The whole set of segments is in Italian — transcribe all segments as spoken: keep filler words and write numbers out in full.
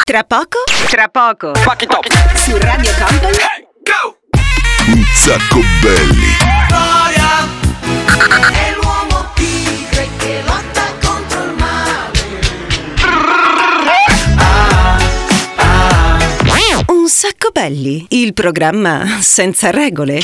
Tra poco, tra poco, Fuck it up. su Radio Company. Hey, go! Un sacco belli. Gloria è l'uomo tigre che lotta contro il male. Un sacco belli, il programma senza regole.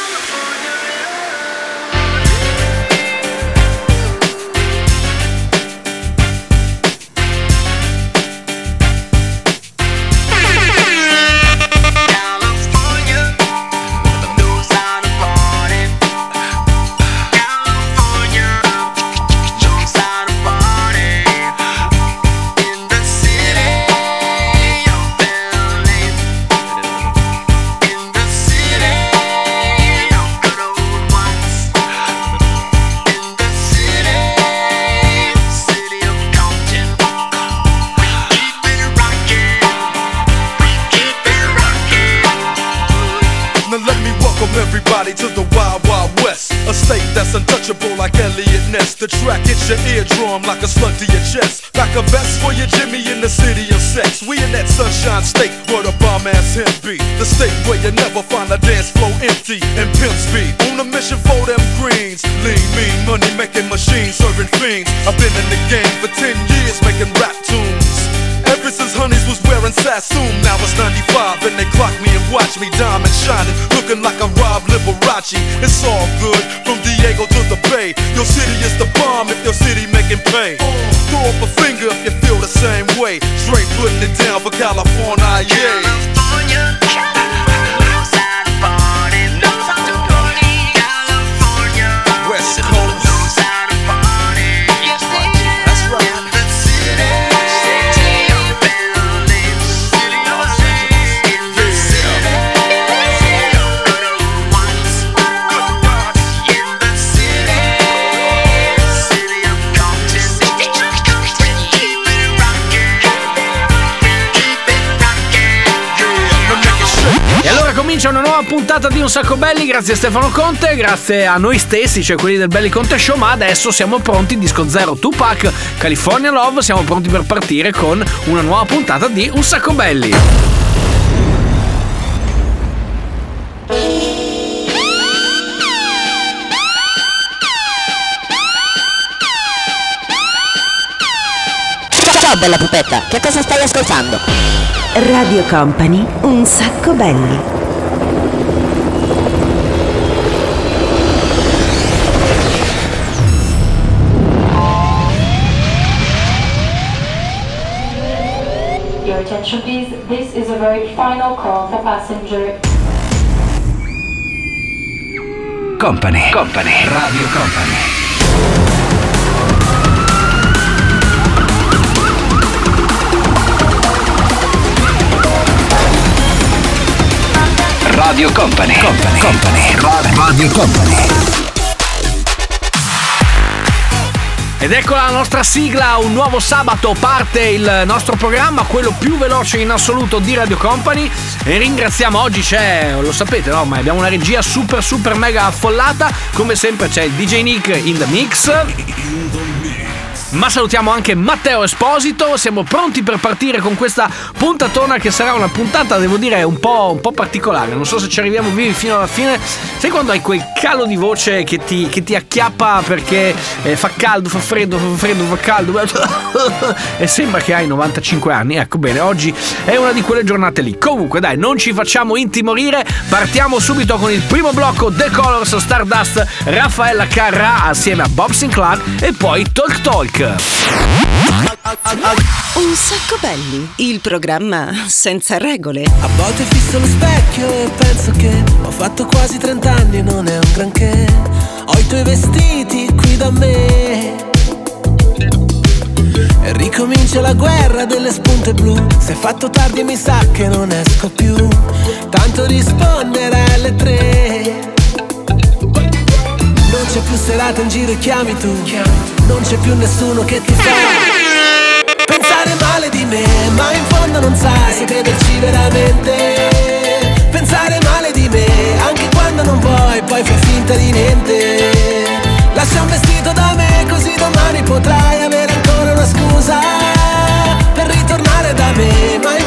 Everybody to the Wild Wild West, a state that's untouchable like Elliot Ness. The track hits your eardrum like a slug to your chest. Back a vest for your Jimmy in the city of sex. We in that sunshine state where the bomb ass him be. The state where you never find a dance floor empty and pimp speed. On a mission for them greens, lean, mean, money making machines, serving fiends. I've been in the game for ten years making rap tunes. Ever since Honeys was wearing Sassoon, now it's ninety-five and they clock me and watch me diamond shining, looking like a Rob Liberace. It's all good, from Diego to the Bay. Your city is the bomb if your city making pay. Throw up a finger if you feel the same way. Straight putting it down for California, yeah. California. West Coast. Comincia una nuova puntata di Un Sacco Belli, grazie a Stefano Conte, grazie a noi stessi, cioè quelli del Belli Conte Show, ma adesso siamo pronti, disco zero Tupac, California Love, siamo pronti per partire con una nuova puntata di Un Sacco Belli. Ciao bella pupetta, che cosa stai ascoltando? Radio Company, Un Sacco Belli. Your attention please, this is a very final call for passenger. Company, Company, Radio Company. Radio Company, Company, Company, Radio Company. Ed ecco la nostra sigla, un nuovo sabato parte il nostro programma, quello più veloce in assoluto di Radio Company, e ringraziamo, oggi c'è, lo sapete no, ma abbiamo una regia super super mega affollata, come sempre c'è il D J Nick in the mix. Ma salutiamo anche Matteo Esposito, siamo pronti per partire con questa puntatona che sarà una puntata, devo dire, un po', un po' particolare. Non so se ci arriviamo vivi fino alla fine. Sai quando hai quel calo di voce che ti, che ti acchiappa perché eh, fa caldo, fa freddo, fa freddo, fa caldo e sembra che hai novantacinque anni? Ecco, bene, oggi è una di quelle giornate lì. Comunque dai, non ci facciamo intimorire, partiamo subito con il primo blocco, The Colors, Stardust, Raffaella Carrà assieme a Bob Sinclair e poi Talk Talk. Un Sacco Belli, il programma senza regole. A volte fisso lo specchio e penso che ho fatto quasi trent'anni e non è un granché. Ho i tuoi vestiti qui da me e ricomincia la guerra delle spunte blu. Se è fatto tardi mi sa che non esco più, tanto rispondere alle tre. Non c'è più serata in giro e chiami tu, non c'è più nessuno che ti fa pensare male di me, ma in fondo non sai se crederci veramente. Pensare male di me, anche quando non vuoi, poi fai finta di niente. Lascia un vestito da me, così domani potrai avere ancora una scusa per ritornare da me, ma in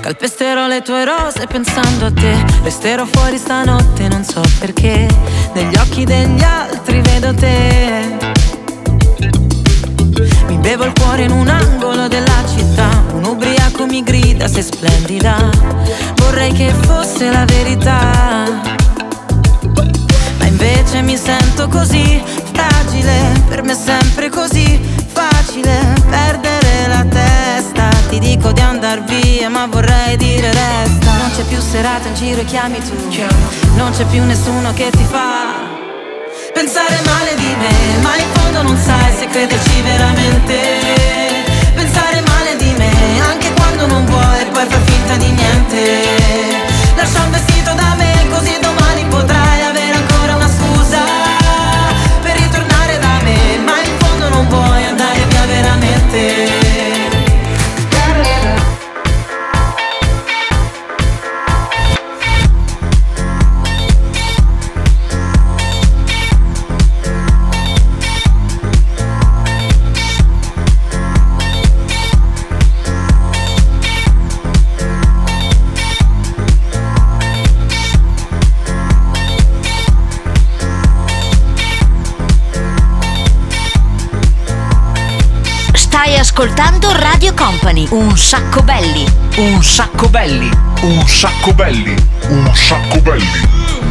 Calpesterò le tue rose pensando a te. Resterò fuori stanotte, non so perché. Negli occhi degli altri vedo te. Mi bevo il cuore in un angolo della città. Un ubriaco mi grida, sei splendida. Vorrei che fosse la verità, ma invece mi sento così fragile. Per me è sempre così facile perdere la testa. Ti dico di andar via ma vorrei dire resta. Non c'è più serata in giro e chiami tu. Non c'è più nessuno che ti fa pensare male di me, ma in fondo non sai se crederci veramente. Pensare male di me anche quando non vuoi e poi fai finta di niente. Lascia un vestito da me così domani potrai avere ancora una scusa per ritornare da me, ma in fondo non vuoi andare via veramente. Stai ascoltando Radio Company, un sacco belli, Un sacco belli. Un sacco belli. Un sacco belli.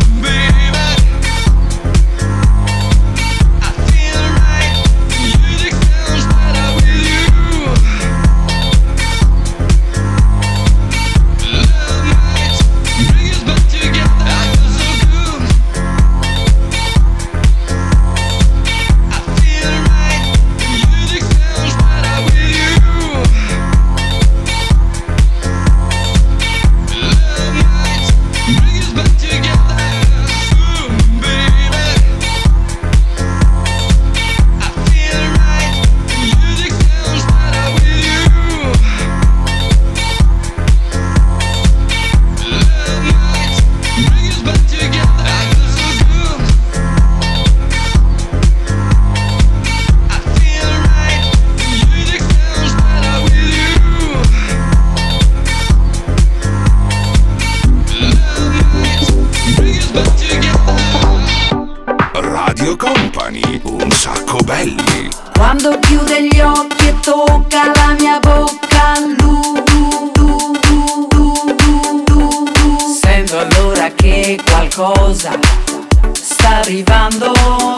Radio Company, un sacco belli. Quando chiude gli occhi e tocca la mia bocca, lu, lu, lu, lu, lu, lu, lu, lu. Sento allora che qualcosa sta arrivando.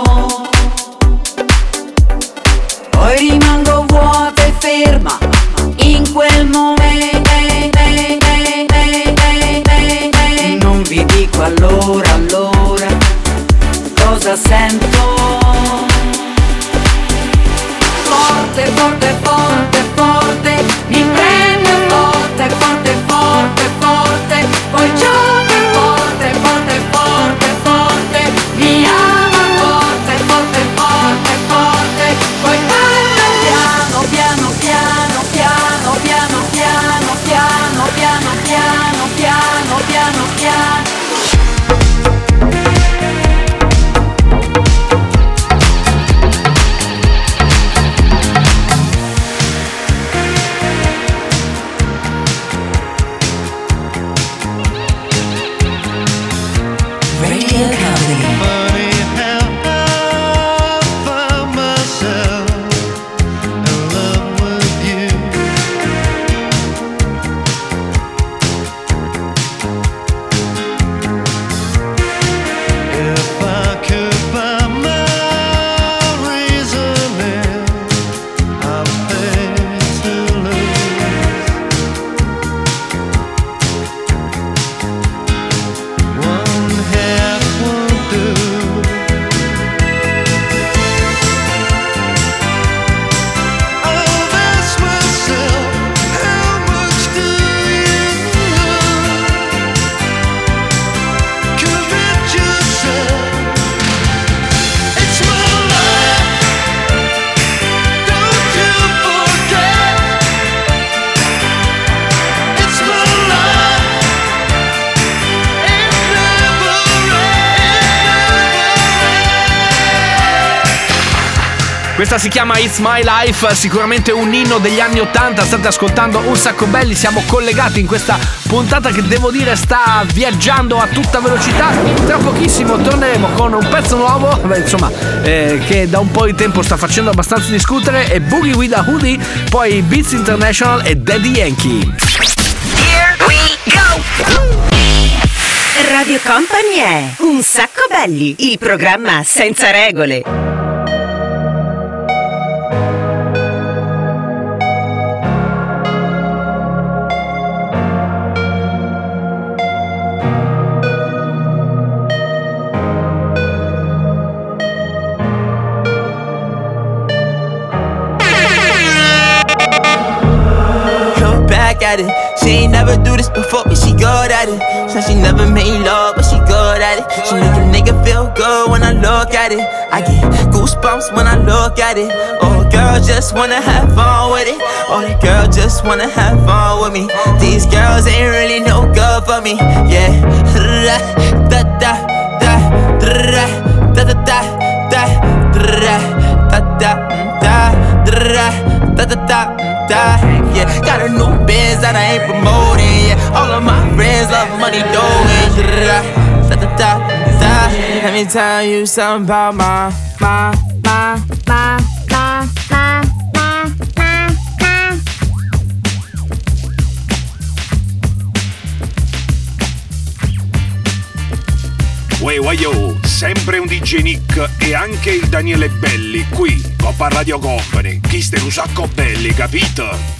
Poi rimango vuota e ferma in quel momento. Non vi dico allora, allora cosa sento. Forte, forte, forte, forte, mi prende forte, forte, forte, forte, poi gioca forte, forte, forte, forte, mi ama forte, forte, forte, forte, poi parla piano, piano, piano, piano, piano, piano. Questa si chiama It's My Life, sicuramente un inno degli anni ottanta. State ascoltando Un Sacco Belli, siamo collegati in questa puntata che devo dire sta viaggiando a tutta velocità. Tra pochissimo torneremo con un pezzo nuovo, beh, insomma, eh, che da un po' di tempo sta facendo abbastanza discutere, è Boogie with a Hoodie, poi Beats International e Daddy Yankee. Here we go! Radio Company è Un Sacco Belli, il programma senza regole. At it. She ain't never do this before, but she good at it. Said she never made love, but she good at it. She make a nigga feel good when I look at it. I get goosebumps when I look at it. Oh, girl, just wanna have fun with it. Oh, the girl just wanna have fun with me. These girls ain't really no good for me. Yeah, da da da da da da da da da da da da da da. Yeah, got a new biz that I ain't promoting. Yeah, all of my friends love money doing. Da da da da. Let me tell you something about my my my my my my my my. Uè, uè, yo, sempre un D J Nick e anche il Daniele Belli qui, Coppa Radio Company. Chi ste un sacco belli, capito?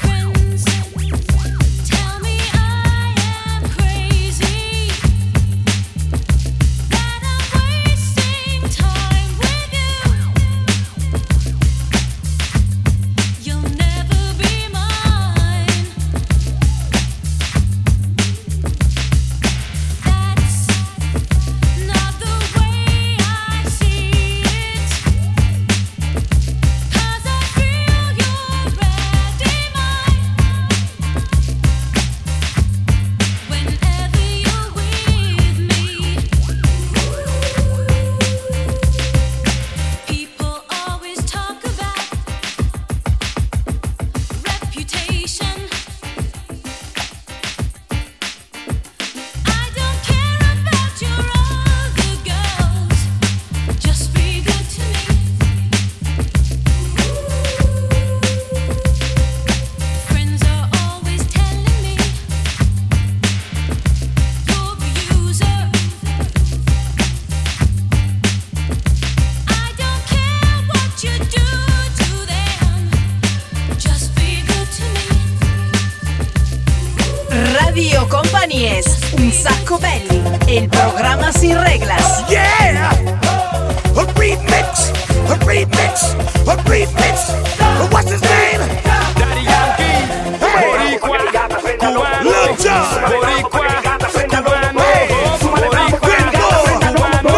Radio Company es Un Sacco Belli, el programa sin reglas. Yeah! A remix! A remix! A remix! What's his name? Daddy Yankee. Hey! Boricua, cubano, Lil Jon. Boricua, cubano, Hey! Boricua, cubano.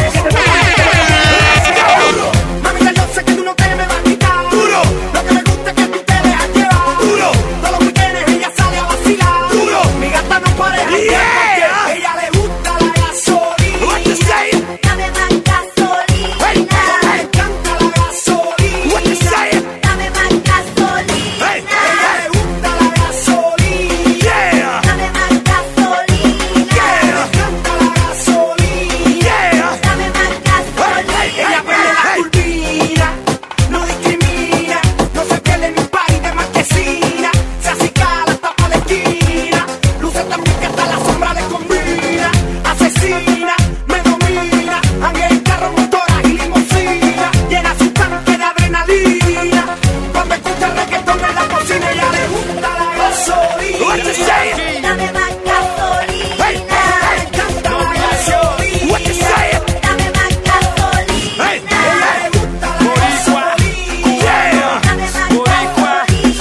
Mami, ya yo sé que tú no te me vas a quitar. Duro. Lo que me gusta es que tú te dejas llevar. Duro. Todos los weekends ella sale a vacilar. Duro. Mi gata no para de janguear porque ella le gusta la gasolina. What you say? Dame más gasolina. Hey! Le encanta la gasolina. What you say? Dame más gasolina. Hey! Ella le gusta la gasolina. Yeah! Dame más gasolina. Yeah! Le encanta la gasolina. Yeah! Dame más gasolina. Ella prende la turbina, no discrimina, no se pierde en un país de marquesina, se acicala hasta pa' la esquina, luce tan bien que hasta la sombra le combina, asesina, me domina, ande en carro, motoras y limusina, llena su tanque de adrenalina, cuando escucha el reggaetón en la cocina, ella le gusta la gasolina. What you say? Dame más gasolina. Hey, hey, le encanta la gasolina. What you say? Dame más gasolina. Hey, ella le gusta la Boricua, gasolina. Yeah. Dame más Boricua,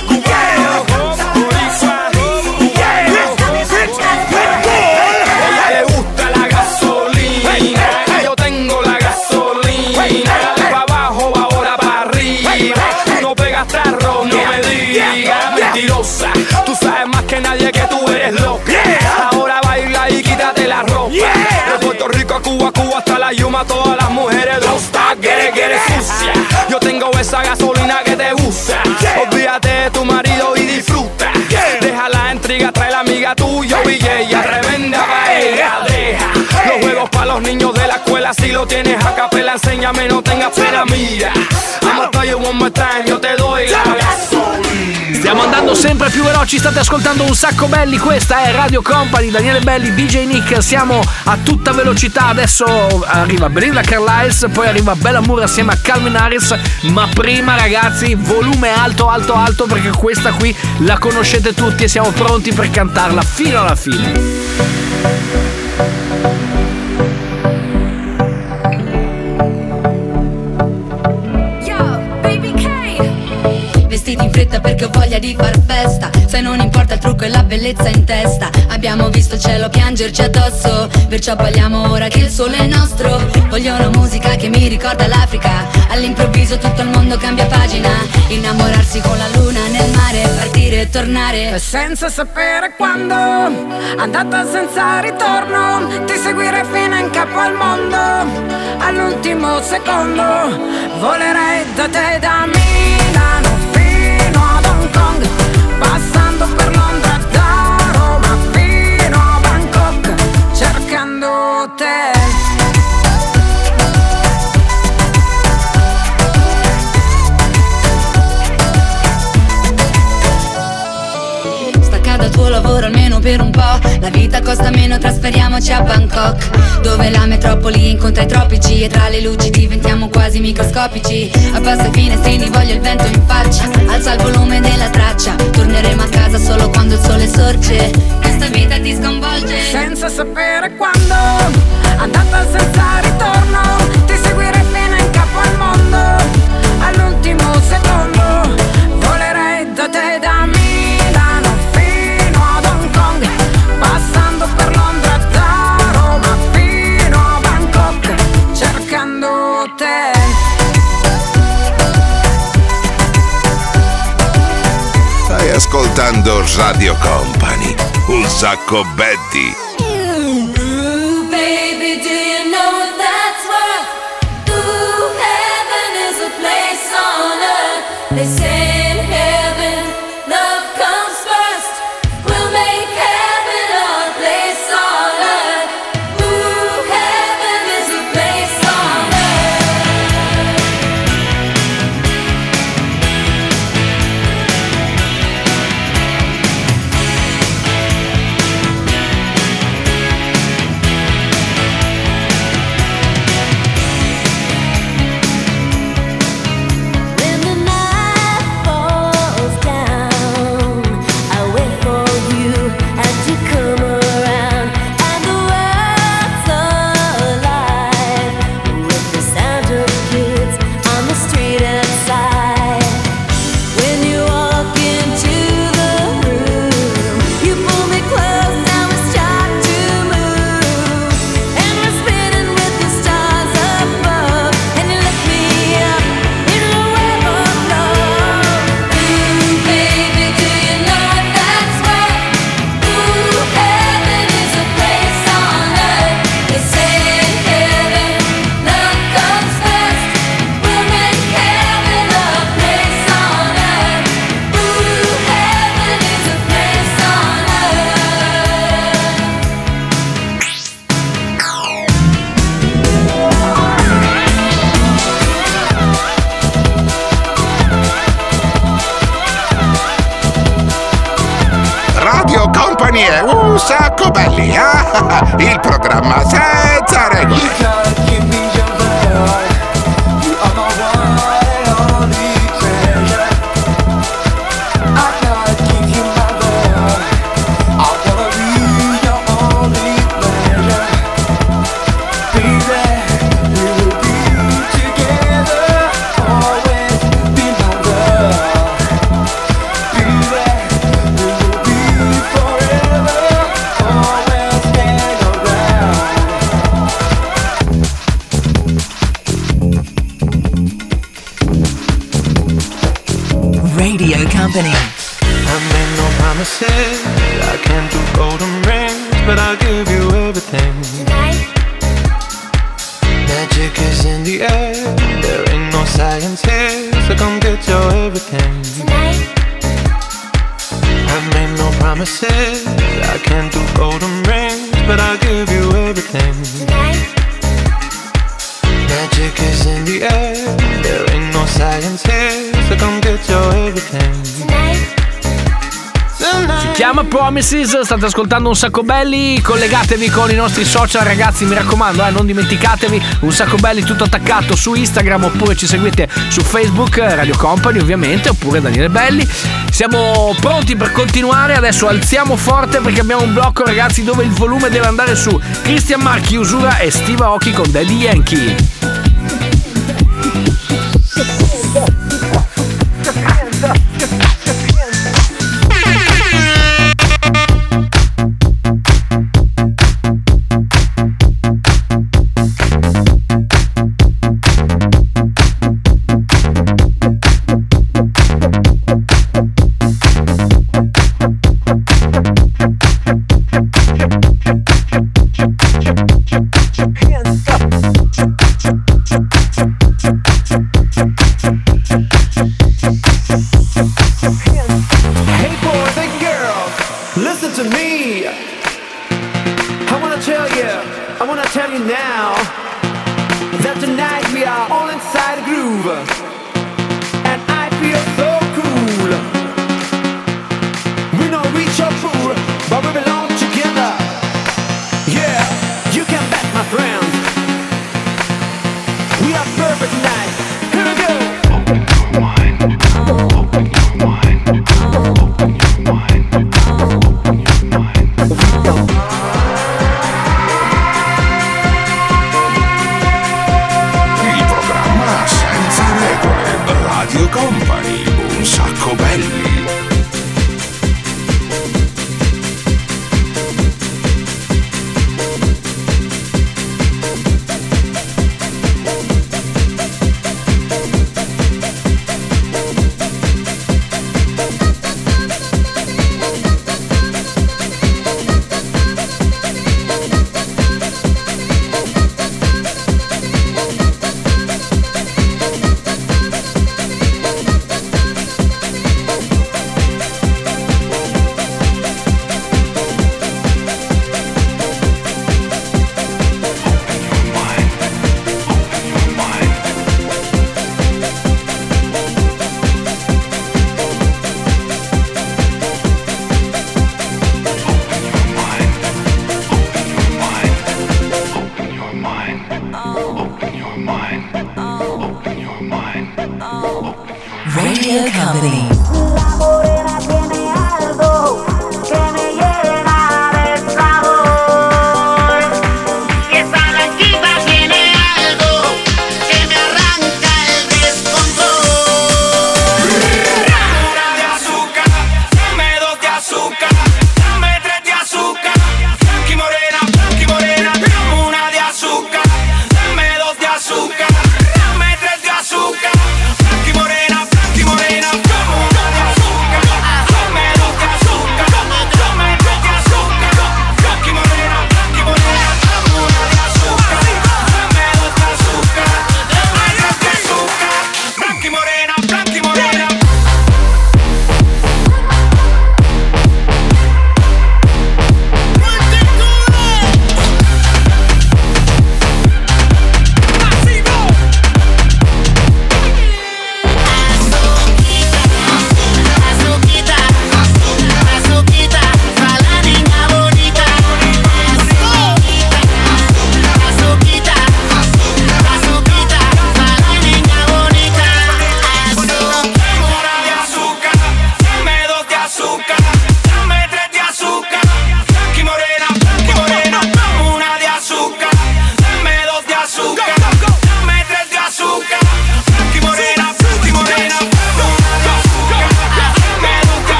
ella le gusta la gasolina. Yo tengo la gasolina. Pa' abajo, ahora pa' arriba. No pegas tarro, no me digas. Mentirosa, tú sabes más que nadie que tú eres loca. Ahora baila y quítate la ropa. De Puerto Rico a Cuba, Cuba hasta la Yuma, todas las mujeres don't stop, get it, get it sucia. Yo tengo esa esa gasolina que te gusta. Olvídate de tu marido y disfruta. Deja la intriga, trae la amiga tuya, B J, tremenda paella. Deja los juegos para los niños de la escuela. Si lo tienes a capela, enséñame, no tengas pena, mira. I'ma tell you one more time, io te doy la gasolina. Stiamo andando sempre più veloci, state ascoltando Un Sacco Belli, questa è Radio Company, Daniele Belli, D J Nick, siamo a tutta velocità, adesso arriva Belinda Carlisle, poi arriva Bella Moore assieme a Calvin Harris, ma prima ragazzi volume alto alto alto perché questa qui la conoscete tutti e siamo pronti per cantarla fino alla fine. Vestiti in fretta perché ho voglia di far festa. Se non importa il trucco e la bellezza in testa. Abbiamo visto il cielo piangerci addosso, perciò balliamo ora che il sole è nostro. Voglio una musica che mi ricorda l'Africa. All'improvviso tutto il mondo cambia pagina. Innamorarsi con la luna nel mare, partire e tornare senza sapere quando, andata senza ritorno. Ti seguirei fino in capo al mondo. All'ultimo secondo volerei da te, da Milano fino ad Hong Kong, passando per Londra, da Roma fino a Bangkok, cercando te. Dal tuo lavoro almeno per un po'. La vita costa meno, trasferiamoci a Bangkok, dove la metropoli incontra i tropici e tra le luci diventiamo quasi microscopici. Abbassa i finestrini, voglio il vento in faccia. Alza il volume della traccia. Torneremo a casa solo quando il sole sorge. Questa vita ti sconvolge senza sapere quando, andata senza ritorno. Ti seguirei fino in capo al mondo. All'ultimo secondo volerei da te, da Milano fino ad Hong Kong, passando per Londra, da Roma fino a Bangkok, cercando te. Stai ascoltando Radio Company, Un Sacco Belli. Baby, do you know that's what? Ooh, heaven is a place on earth. They say in heaven, love comes first. We'll make heaven a place on earth. Ooh, heaven is a place on When the night falls down, I wait for you and you come around, and the world's alive with the sound of kids on the street outside. When you walk into the room, you pull me close and we start to move, and we're spinning with the stars above, and you lift me up in a web of love. Ooh, baby, do you know that's what? Ooh, heaven is a place on earth. They say in heaven, love comes first. We'll make heaven a place on earth. Ooh, heaven is a place on Radio Company è Un Sacco Belli, ah, il programma senza regole. Radio Company. I made no promises, I can't do golden rings, but I'll give you everything. Magic is in the air, there ain't no science here, so come get your everything. Tonight. I've made no promises, I can't do golden rings, but I'll give you everything. Tonight. Magic is in the air, there ain't no science here, so come get your everything. Tonight. Si chiama Promises, state ascoltando Un Sacco Belli, collegatevi con i nostri social ragazzi, mi raccomando, eh, non dimenticatevi, Un Sacco Belli tutto attaccato su Instagram, oppure ci seguite su Facebook, Radio Company ovviamente, oppure Daniele Belli. Siamo pronti per continuare, adesso alziamo forte perché abbiamo un blocco ragazzi dove il volume deve andare su. Christian Marchi, Usura e Steve Aoki con Daddy Yankee.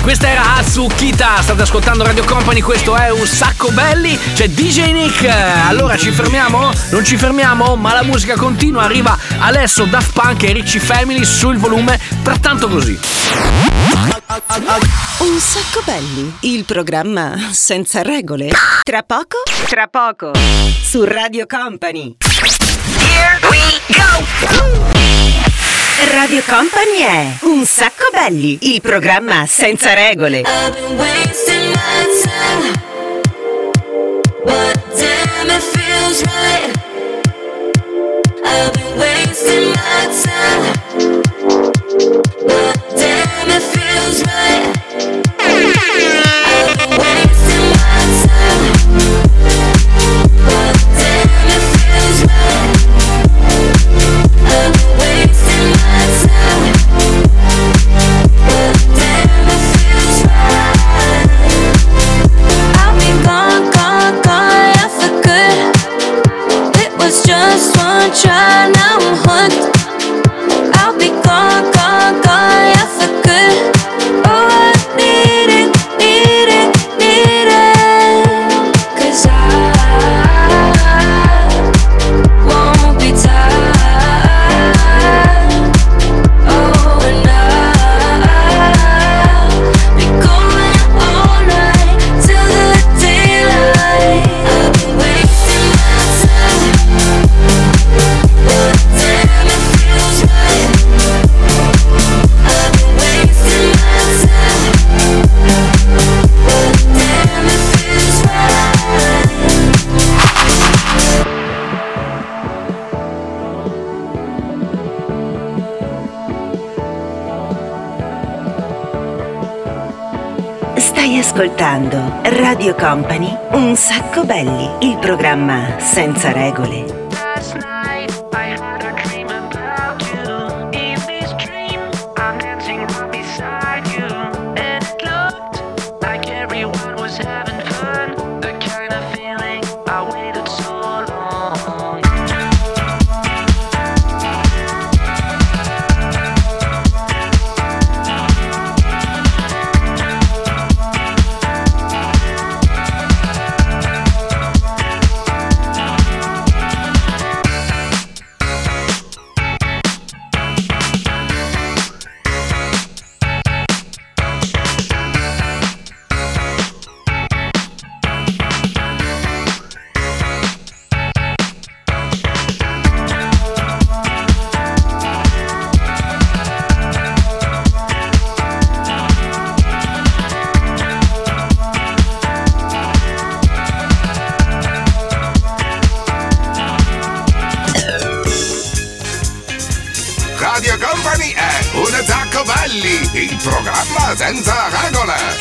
Questa era Atsukita, state ascoltando Radio Company, questo è Un Sacco Belli, c'è D J Nick. Allora ci fermiamo? Non ci fermiamo, ma la musica continua, arriva Alesso, Daft Punk e Ricci Family sul volume Trattanto Così. Un Sacco Belli, il programma senza regole. Tra poco, tra poco, su Radio Company. Here we go! Radio Company è Un Sacco Belli, il programma senza regole. I've been wasting my time, but damn it feels right. I've been wasting my time, but damn it feels right. I've been wasting my time, but damn it feels right. I've been wasting my time, but damn it feels right. I'll be gone, gone, gone, yeah, for good. It was just one try, now I'm hooked. I'll be gone, gone, gone, yeah, for good. Oh, I need it, need it, need it. 'Cause I won't be tired. Oh, and I'll be going all night till the daylight. I've been wasting my time, but damn it feels right. I've been wasting my time, but damn it feels right. Stai ascoltando Radio Company, Un Sacco Belli, il programma senza regole. Last night I had a dream about you. In this dream I'm dancing right beside you, and it looked like everyone was having fun. The kind of feeling I waited so long. Radio Company è Un Sacco Belli, il programma senza regole.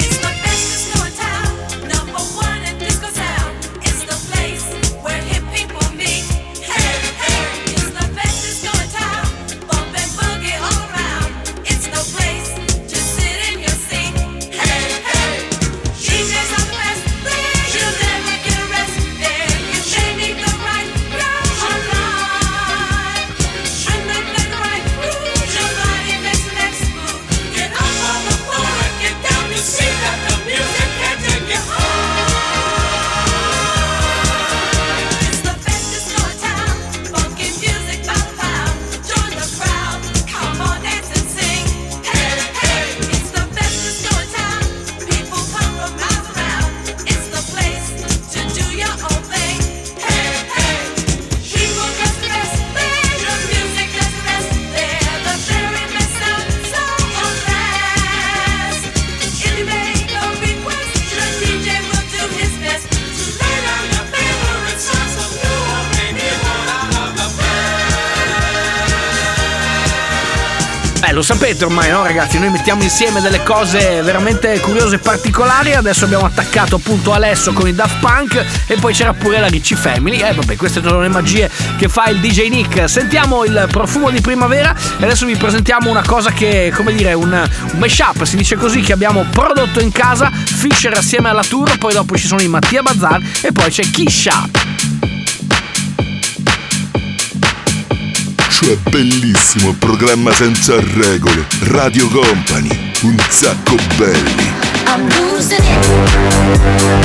Eh, lo sapete ormai, no ragazzi? Noi mettiamo insieme delle cose veramente curiose e particolari. Adesso abbiamo attaccato appunto Alesso con i Daft Punk e poi c'era pure la Ricci Family. Eh vabbè, queste sono le magie che fa il D J Nick. Sentiamo il profumo di primavera e adesso vi presentiamo una cosa che, come dire, un, un mashup, si dice così, che abbiamo prodotto in casa. Fisher assieme alla Tour, poi dopo ci sono i Mattia Bazar e poi c'è Kisha. Cioè bellissimo il programma senza regole, Radio Company. un sacco belli. I'm losing it.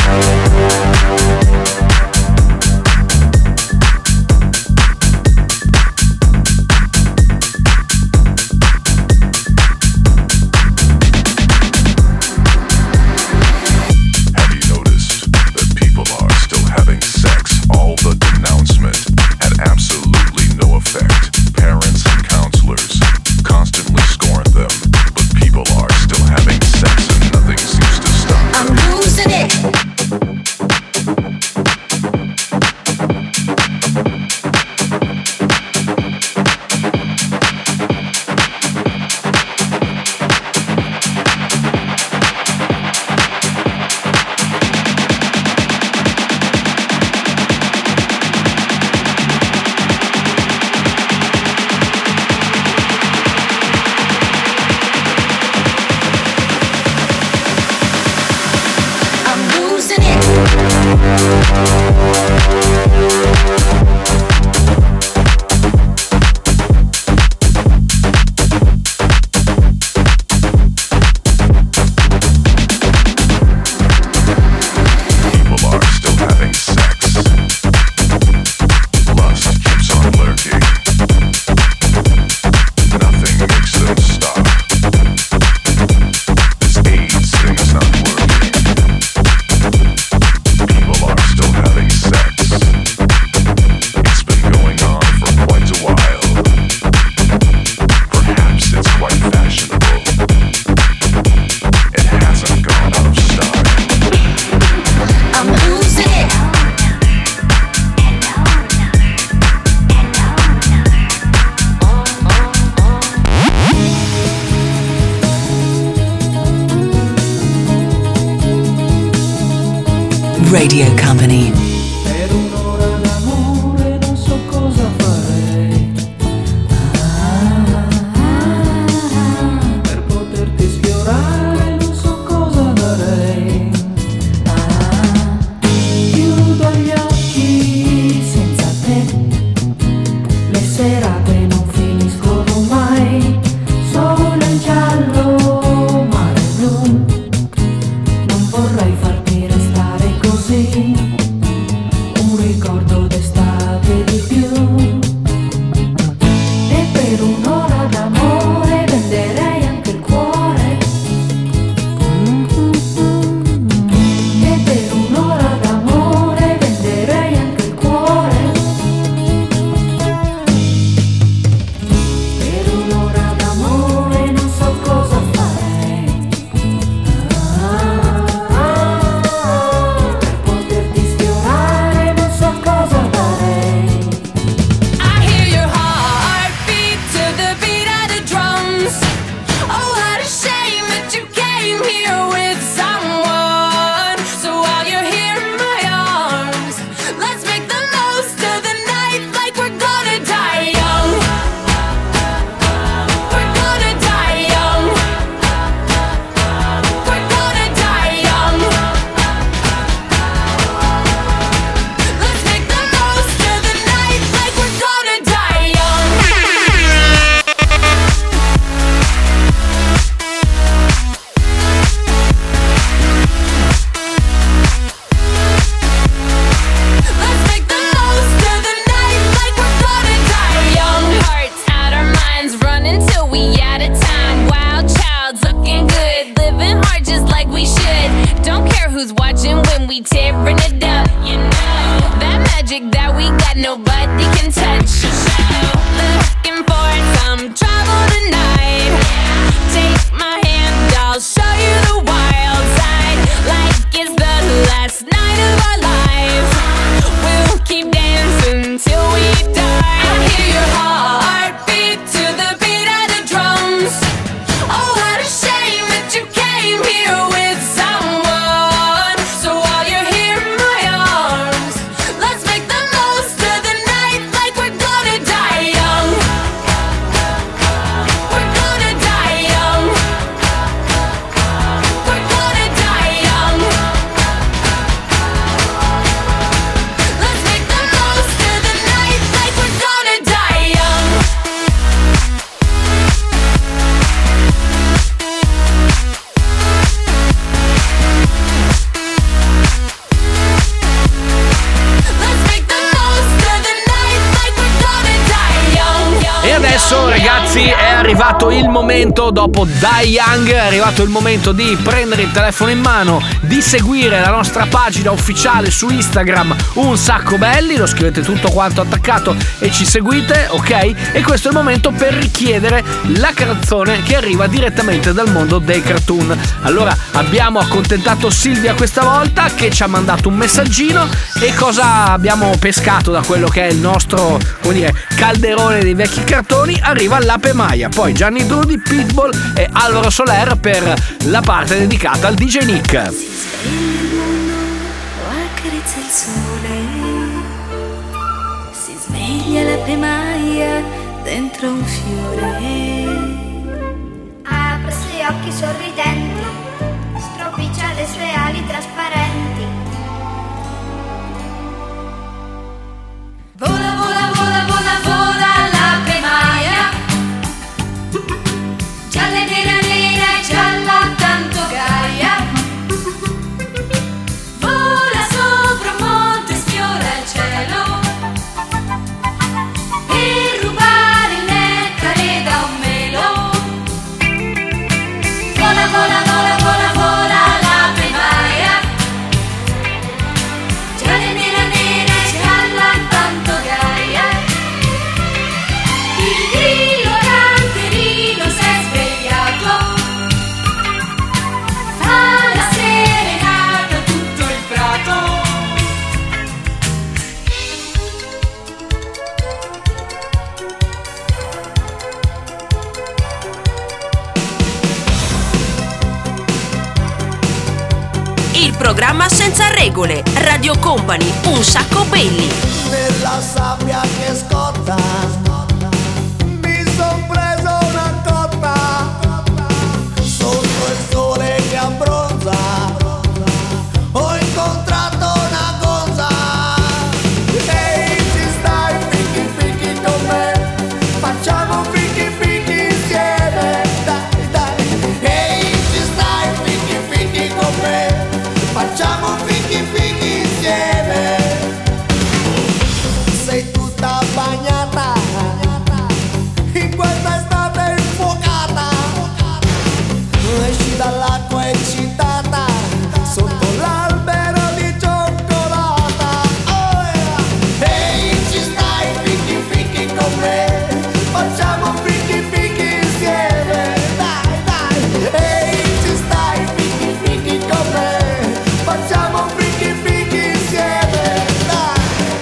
Radio Company. Per un'ora d'amore non so cosa farei. Per poterti sfiorare non so cosa darei. Chiudo gli occhi senza te. Le serate non finiscono mai. Sole in giallo, mare blu. Non vorrei farti restare così. arrivato il momento, dopo Die Young, è arrivato il momento di prendere il telefono in mano, di seguire la nostra pagina ufficiale su Instagram Un Sacco Belli, lo scrivete tutto quanto attaccato e ci seguite, ok? E questo è il momento per richiedere la canzone che arriva direttamente dal mondo dei cartoon. Allora abbiamo accontentato Silvia questa volta, che ci ha mandato un messaggino, e cosa abbiamo pescato da quello che è il nostro, come dire, calderone dei vecchi cartoni. Arriva l'Ape Maia, poi Gianni Drudi, Pitbull e Alvaro Soler per la parte dedicata al D J Nick. Accarezza il sole, si sveglia l'Ape Maia dentro un fiore. Apre i suoi occhi sorridenti, stropiccia le sue ali trasparenti. Vola, vola, vola, vola, vola l'Ape Maia, gialla e nera, nera e gialla, tanto gaia. Vola sopra un monte, sfiora il cielo, per rubare il nettare da un melo. Vola, vola, vola, vola, vola l'Ape Maia, gialla e nera, nera e gialla, tanto gaia. Il grillo canterino s'è svegliato, fa la serenata a tutto il prato. Il programma senza regole. Radio Company, Un Sacco Belli. Nella sabbia che scotta, mi son preso una cotta, sotto il sole che abbronza, ho incontrato una gonza. Ehi, ci stai fichi fichi con me, facciamo fichi fichi insieme, dai dai. Ehi, ci stai fichi fichi con me, facciamo fichi fichi insieme. Sei tutta bagnata in questa estate infuocata, esci dall'acqua eccitata sotto l'albero di cioccolata. Oh yeah. Ehi, ci stai fichi fichi con me, facciamo fichi fichi insieme, dai dai. Ehi, ci stai fichi fichi con me, facciamo fichi fichi insieme, dai.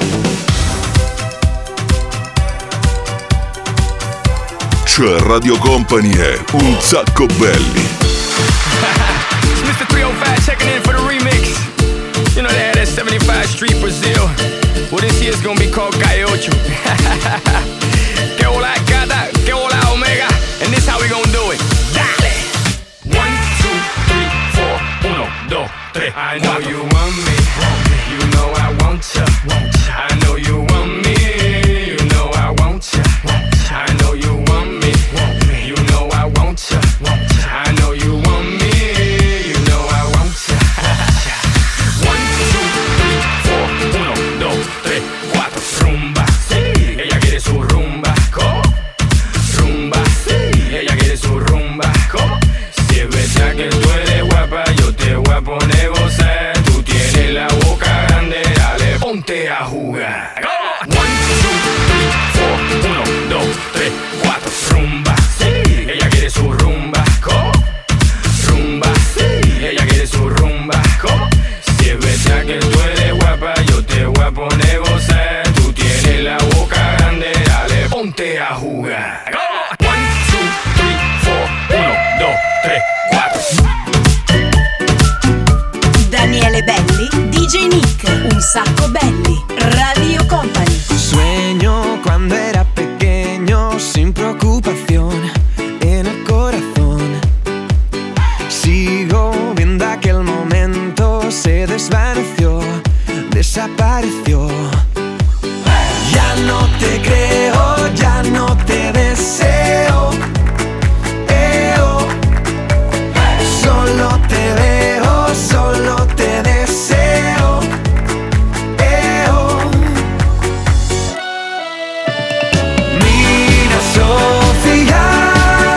Cioè Radio Company è Un Sacco Belli. It's Mister three oh five checking in for the remix. You know they had that seventy-five Street Brazil. Well, this year's gonna be called Calle Ocho. Que hola gata, que hola omega. And this how we gonna do it. Dale! One, two, three, four. Uno, dos, tres. I know you want me. You know I want ya. I know you want me. You know I want ya. I know you want me. You know I want ya. I know you want me. You know I want ya. One, two, three, four. Uno, dos, tres, cuatro. Rumba, sí. Ella quiere su rumba. ¿Cómo? Rumba, sí. Ella quiere su rumba. ¿Cómo? Si es verdad que tú eres guapa, yo te voy a poner a gozar. Tú tienes la boca grande, dale, ponte a jugar. One, two, three, four. Uno, dos, tres, cuatro. Rumba, sí. Ella quiere su rumba. ¿Cómo? Rumba, sí. Ella quiere su rumba. ¿Cómo? Si es verdad que tú eres guapa, yo te voy a poner a gozar. Tú tienes la boca grande, dale, ponte a jugar. One, two, three, four. Uno, dos, tres, cuatro. Daniele Belli, D J Nick, Un Sacco Belli, Radio Company. Sueño cuando era pequeño, sin preocupación en el corazón. Sigo viendo aquel momento, se desvaneció, desapareció. Ya no te creo, ya no te deseo. Eh, oh. Solo te veo, solo te deseo. Eh, oh. Mira, Sofía,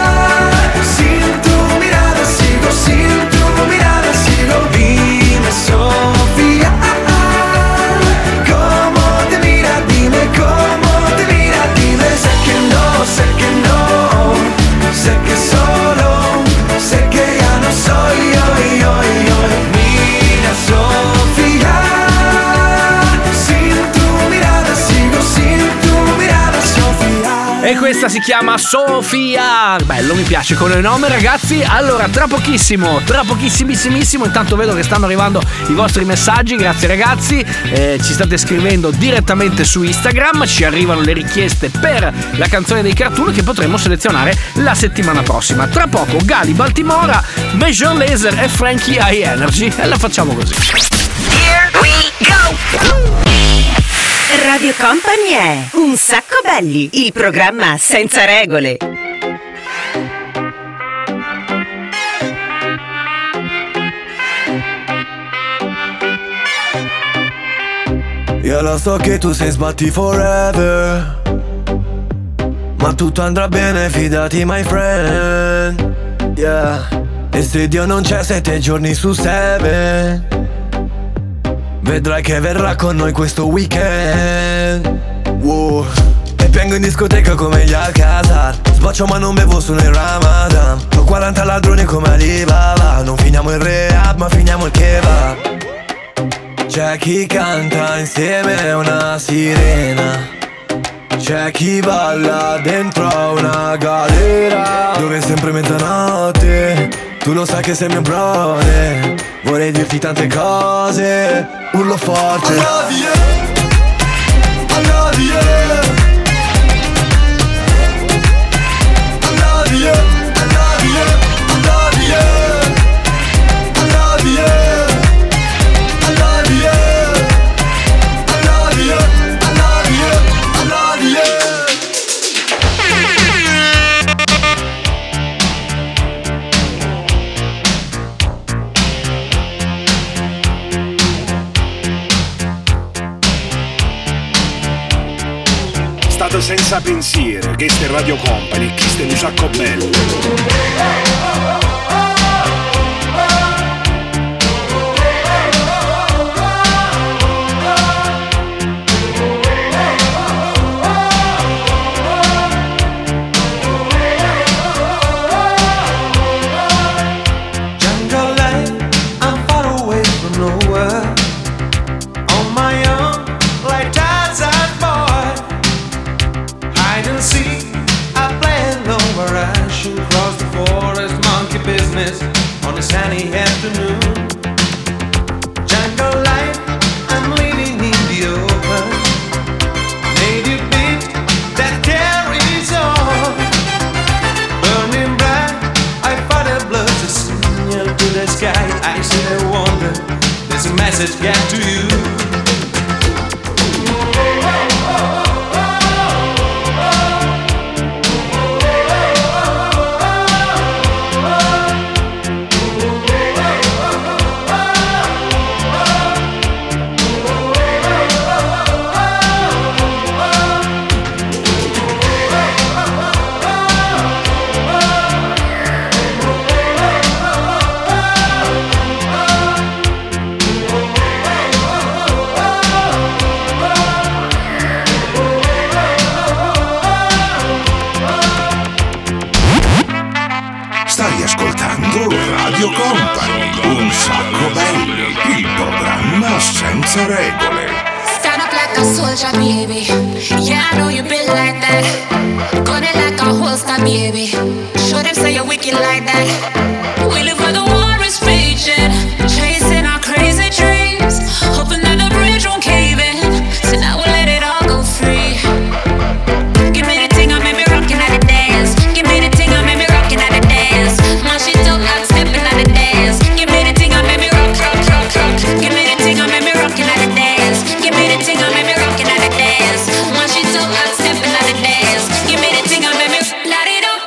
questa si chiama Sofia. Bello, mi piace come nome, ragazzi. Allora, tra pochissimo, tra pochissimissimo, intanto vedo che stanno arrivando i vostri messaggi. Grazie ragazzi, eh, ci state scrivendo direttamente su Instagram. Ci arrivano le richieste per la canzone dei cartoon che potremo selezionare la settimana prossima. Tra poco Gali Baltimora, Major Lazer e Frankie High Energy. E la facciamo così. Here we go! Radio Company è Un Sacco Belli, il programma senza regole. Io lo so che tu sei sbatti forever, ma tutto andrà bene, fidati my friend. Yeah. E se Dio non c'è sette giorni su seven, vedrai che verrà con noi questo weekend. Wow. E piango in discoteca come gli Alcazar, sboccio ma non bevo su nel Ramadan. Ho quaranta ladroni come Alibaba, non finiamo il rehab ma finiamo il kebab. C'è chi canta insieme a una sirena, c'è chi balla dentro a una galera, dove è sempre mezzanotte, tu lo sai che sei mio brother. Vorrei dirti tante cose, urlo forte. I love you, I love you, I love you, I love you, I love you, I love you, I love you, I love you, I love you, I love you. Stato senza pensiero, che ste Radio Company, chi ste un sacco bello. Jungle life, I'm far away from nowhere, on my own, like Tarzan boy. Hide and seek, I play alone where I should cross the forest, monkey business on a sunny afternoon. Jungle life, I'm living in the open, native beat that carries on. Burning bright, I fight a blood to signal to the sky. I sit and wonder, there's a message get to you. Stai ascoltando Radio Company, Un Sacco Belli, il programma senza regole. Stand up like a soldier, baby. Yeah, I know you been like that. Gun it like a holster, baby. Show them say you're wicked like that. We live where the war is raging, chasing our crazy dreams, hoping that the bridge won't cave in. So now we'll let it all go free. Give me the thing, I made me rockin' at the dance. Give me the thing, I made me rockin' at the dance. My shit don't like stepping at the dance. Give me the thing, I made me rock, rock, rock, rock. Give me the thing, I made me rockin' at the dance. Give me the thing, I made me rockin' at the dance. My shit don't like stepping at the dance. Give me the thing, I made me light it up.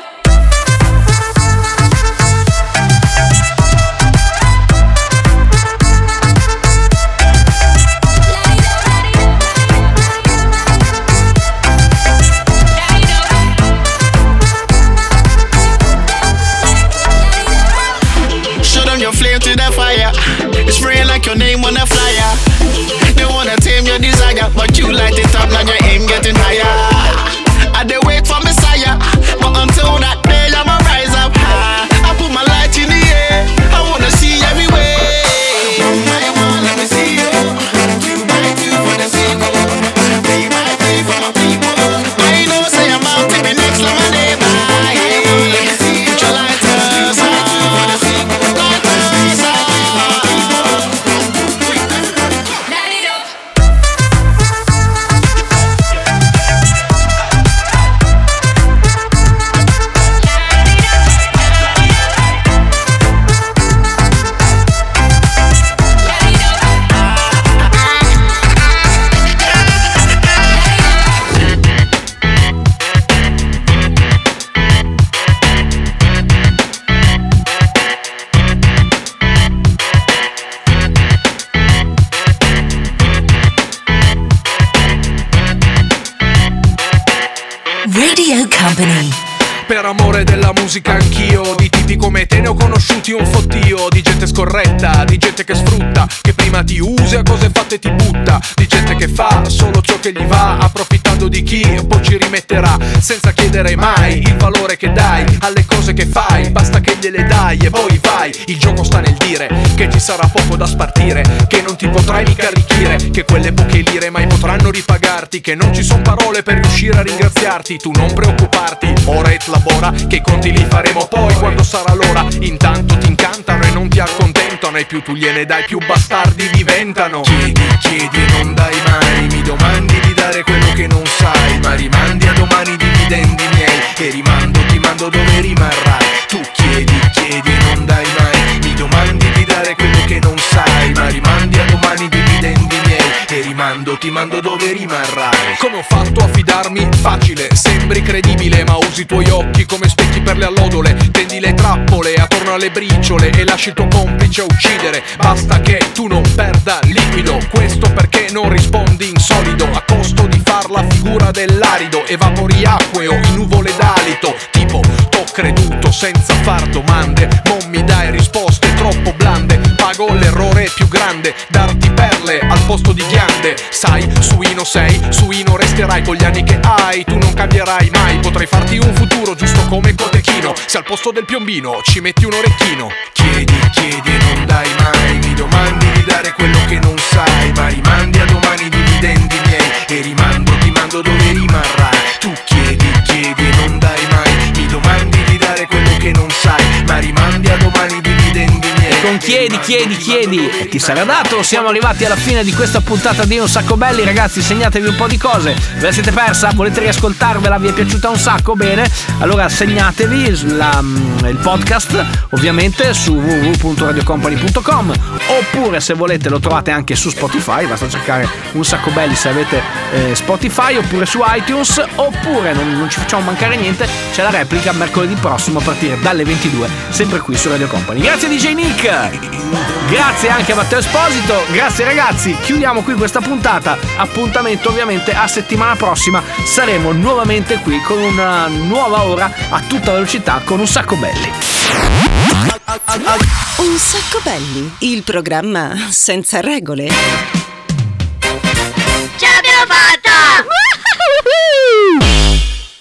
Show them your flame to the fire. It's spraying like your name on a flyer. They wanna tame your desire, but you light it up, now your aim getting higher. I dey wait for Messiah, but until that day I'ma rise up high. I put my light in the air, I wanna see everywhere. One by one, let me see you. Two by two for the sequel. Three by three for my people. I know say I'm out to be next musica anch'io. Di tipi come te ne ho conosciuti un fottio. Di gente scorretta, di gente che sfrutta, che prima ti usa, cose fatte ti butta. Di gente che fa solo ciò che gli va, approfittando di chi poi ci rimetterà, senza chiedere mai il valore che dai alle cose che fai. Basta che gliele dai e poi vai. Il gioco sta nel dire che ci sarà poco da spartire, che non ti potrai mica arricchire, che quelle poche lire mai potranno ripagarti, che non ci son parole per riuscire a ringraziarti. Tu non preoccuparti, ora et labora, che i conti li faremo poi quando sarà l'ora. Intanto ti incantano e non ti accontentano, e più tu gliene dai più bastardi diventano. Chiedi, chiedi e non dai mai, mi domandi di dare quello che non sai, ma rimandi a domani i dividendi miei, e rimando, ti mando dove rimarrai. Tu chiedi, chiedi e non dai mai, mi domandi di dare quello che non sai, ma rimandi a domani i dividendi miei, e rimando, ti mando dove rimarrai. Come ho fatto a fidarmi? Facile, sembri credibile, ma usi i tuoi occhi come specchi per le allodole. Tendi le trappole attorno alle briciole e lasci il tuo complice uccidere. Basta che tu non perda liquido, questo perché non rispondi in solido, a costo di far la figura dell'arido. Evapori acqueo in nuvole d'alito, tipo t'ho creduto senza far domande, non mi dai risposte troppo blande. Pago l'errore più grande, darti perle al posto di ghiande. Sai, suino sei, suino resterai con gli anni che hai, tu non cambierai mai. Potrei farti un futuro giusto come Cotechino, se al posto del piombino ci metti un orecchino. Chiedi, chiedi e non dai mai, mi domandi di dare quello che non sai, ma rimandi a domani i dividendi miei, e rimando, ti mando dove rimarrai. Tu chiedi, chiedi e non dai mai, mi domandi di dare quello che non sai, ma rimandi a domani i dividendi miei. E con chiedi, chiedi, chiedi e ti sarà dato. Siamo arrivati alla fine di questa puntata di Un Sacco Belli. Ragazzi, segnatevi un po' di cose. Ve la siete persa? Volete riascoltarvela? Vi è piaciuta un sacco? Bene, allora segnatevi la, il podcast ovviamente su w w w punto radio company punto com, oppure se volete lo trovate anche su Spotify, basta cercare Un Sacco Belli se avete eh, Spotify, oppure su iTunes, oppure non, non ci facciamo mancare niente, c'è la replica mercoledì prossimo a partire dalle ventidue, sempre qui su Radio Company. Grazie D J Nick, grazie anche a Matteo Esposito, grazie ragazzi, chiudiamo qui questa puntata. Appuntamento ovviamente a settimana prossima, saremo nuovamente qui con una nuova ora a tutta velocità con Un Sacco Belli. Un Sacco Belli, il programma senza regole.